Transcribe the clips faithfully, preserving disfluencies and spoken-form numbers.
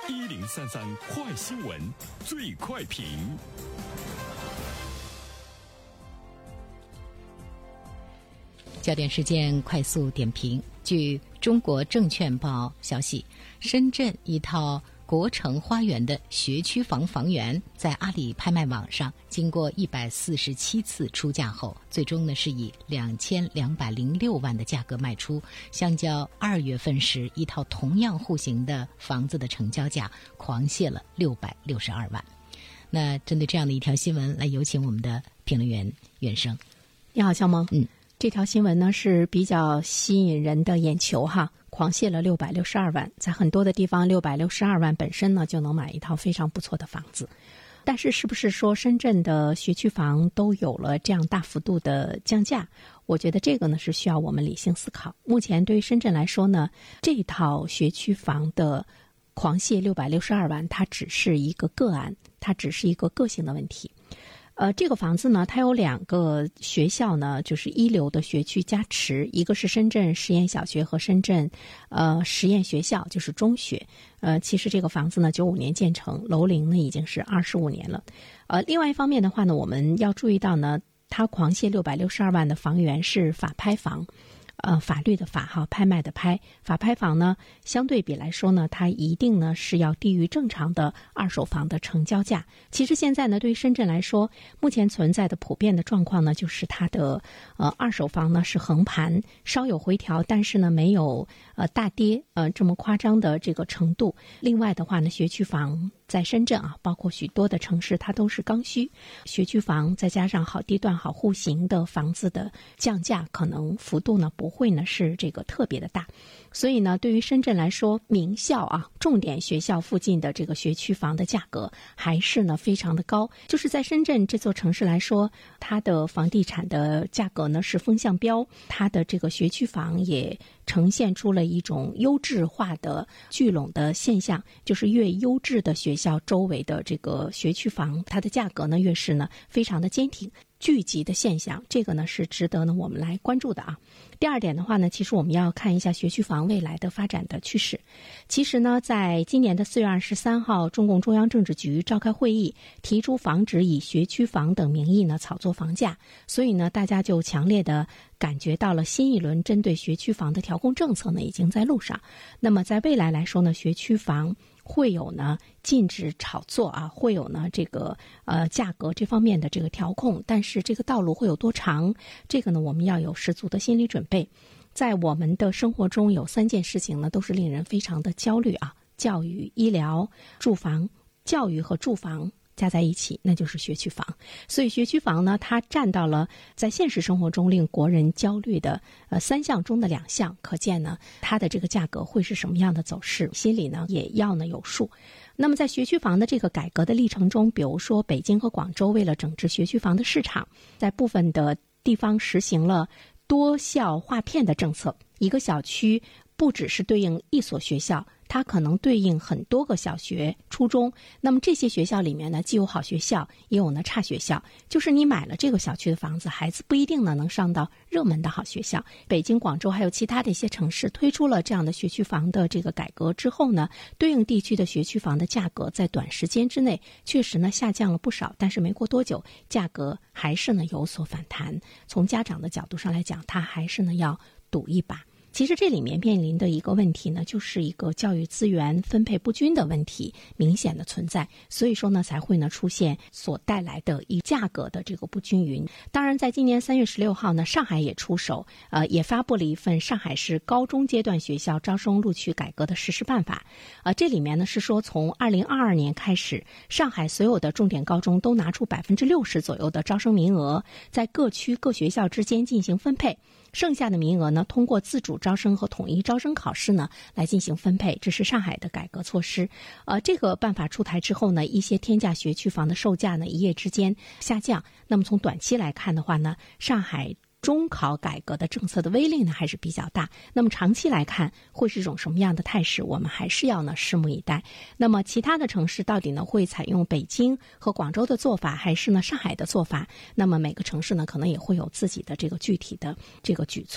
一零三三快新闻，最快评。 焦点事件快速点评。据中国证券报消息，深圳一套国城花园的学区房房源在阿里拍卖网上经过一百四十七次出价后，最终呢是以两千两百零六万的价格卖出，相较二月份时一套同样户型的房子的成交价狂泻了六百六十二万。那针对这样的一条新闻，来有请我们的评论员袁生。 你好，肖萌。 嗯， 这条新闻呢是比较吸引人的眼球哈，狂泻了六百六十二万，在很多的地方六百六十二万本身呢就能买一套非常不错的房子。但是是不是说深圳的学区房都有了这样大幅度的降价？我觉得这个呢是需要我们理性思考。目前对于深圳来说呢，这套学区房的狂泻六百六十二万，它只是一个个案，它只是一个个性的问题。呃，这个房子呢，它有两个学校呢，就是一流的学区加持，一个是深圳实验小学和深圳呃实验学校，就是中学。呃，其实这个房子呢，九五年建成，楼龄呢已经是二十五年了。呃，另外一方面的话呢，我们要注意到呢，它狂泻六百六十二万的房源是法拍房。呃，法律的法哈，拍卖的拍，法拍房呢，相对比来说呢，它一定呢是要低于正常的二手房的成交价。其实现在呢，对于深圳来说，目前存在的普遍的状况呢，就是它的呃二手房呢是横盘，稍有回调，但是呢没有呃大跌呃这么夸张的这个程度。另外的话呢，学区房在深圳啊，包括许多的城市，它都是刚需。学区房再加上好地段、好户型的房子的降价，可能幅度呢不会呢是这个特别的大。所以呢，对于深圳来说，名校啊、重点学校附近的这个学区房的价格还是呢非常的高。就是在深圳这座城市来说，它的房地产的价格呢是风向标，它的这个学区房也呈现出了一种优质化的聚拢的现象，就是越优质的学校周围的这个学区房，它的价格呢越是呢非常的坚挺。聚集的现象，这个呢是值得呢我们来关注的啊。第二点的话呢，其实我们要看一下学区房未来的发展的趋势。其实呢，在今年的四月二十三号，中共中央政治局召开会议，提出防止以学区房等名义呢炒作房价，所以呢，大家就强烈的感觉到了新一轮针对学区房的调控政策呢已经在路上。那么在未来来说呢，学区房会有呢禁止炒作啊，会有呢这个呃价格这方面的这个调控，但是这个道路会有多长，这个呢我们要有十足的心理准备。在我们的生活中有三件事情呢都是令人非常的焦虑啊，教育、医疗、住房。教育和住房加在一起，那就是学区房。所以学区房呢，它占到了在现实生活中令国人焦虑的呃三项中的两项，可见呢，它的这个价格会是什么样的走势，心里呢也要呢有数。那么在学区房的这个改革的历程中，比如说北京和广州为了整治学区房的市场，在部分的地方实行了多校划片的政策，一个小区不只是对应一所学校，它可能对应很多个小学、初中。那么这些学校里面呢，既有好学校，也有呢差学校。就是你买了这个小区的房子，孩子不一定呢能上到热门的好学校。北京、广州还有其他的一些城市推出了这样的学区房的这个改革之后呢，对应地区的学区房的价格在短时间之内确实呢下降了不少，但是没过多久，价格还是呢有所反弹。从家长的角度上来讲，他还是呢要赌一把。其实这里面面临的一个问题呢，就是一个教育资源分配不均的问题明显的存在，所以说呢才会呢出现所带来的一价格的这个不均匀。当然在今年三月十六号呢，上海也出手，呃也发布了一份上海市高中阶段学校招生录取改革的实施办法。呃这里面呢是说从二零二二年开始，上海所有的重点高中都拿出百分之六十左右的招生名额，在各区各学校之间进行分配。剩下的名额呢，通过自主招生和统一招生考试呢来进行分配，这是上海的改革措施。呃，这个办法出台之后呢，一些天价学区房的售价呢一夜之间下降。那么从短期来看的话呢，上海中考改革的政策的威力呢还是比较大。那么长期来看会是一种什么样的态势，我们还是要呢拭目以待。那么其他的城市到底呢会采用北京和广州的做法，还是呢上海的做法？那么每个城市呢可能也会有自己的这个具体的这个举措啊。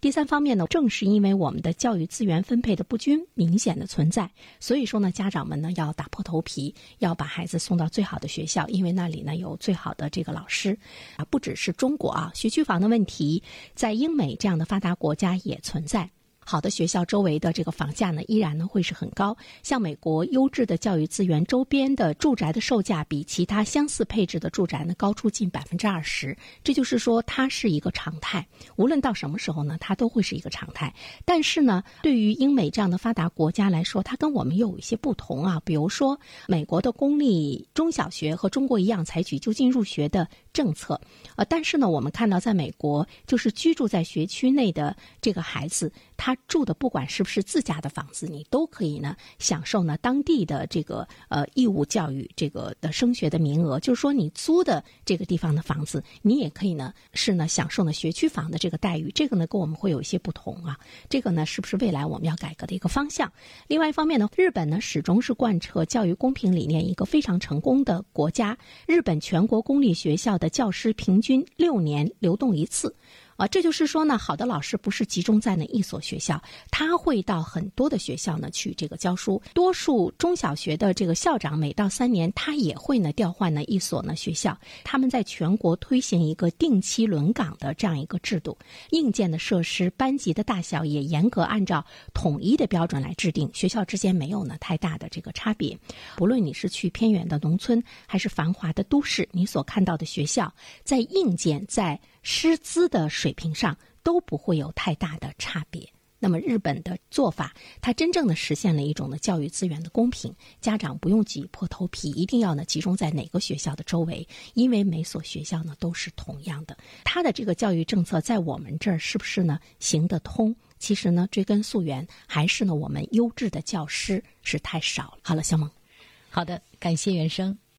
第三方面呢，正是因为我们的教育资源分配的不均明显的存在，所以说呢，家长们呢要打破头皮，要把孩子送到最好的学校，因为那里呢有最好的这个老师啊。不只是中国啊，学区房的问题在英美这样的发达国家也存在。好的学校周围的这个房价呢，依然呢会是很高。像美国优质的教育资源周边的住宅的售价比其他相似配置的住宅呢高出近百分之二十，这就是说它是一个常态。无论到什么时候呢，它都会是一个常态。但是呢，对于英美这样的发达国家来说，它跟我们又有一些不同啊。比如说，美国的公立中小学和中国一样采取就近入学的政策，呃，但是呢，我们看到在美国，就是居住在学区内的这个孩子，他住的不管是不是自家的房子，你都可以呢享受呢当地的这个呃义务教育这个的升学的名额。就是说，你租的这个地方的房子，你也可以呢是呢享受呢学区房的这个待遇。这个呢跟我们会有一些不同啊。这个呢是不是未来我们要改革的一个方向？另外一方面呢，日本呢始终是贯彻教育公平理念一个非常成功的国家。日本全国公立学校的教师平均六年流动一次。啊，这就是说呢，好的老师不是集中在那一所学校，他会到很多的学校呢去这个教书。多数中小学的这个校长每到三年，他也会呢调换呢一所呢学校。他们在全国推行一个定期轮岗的这样一个制度，硬件的设施、班级的大小也严格按照统一的标准来制定，学校之间没有呢太大的这个差别。不论你是去偏远的农村还是繁华的都市，你所看到的学校在硬件在师资的水平上都不会有太大的差别。那么日本的做法，它真正的实现了一种的教育资源的公平，家长不用挤破头皮，一定要呢集中在哪个学校的周围，因为每所学校呢都是同样的。它的这个教育政策在我们这儿是不是呢行得通？其实呢追根溯源，还是呢我们优质的教师是太少了。好了，小萌。 好的，感谢袁生。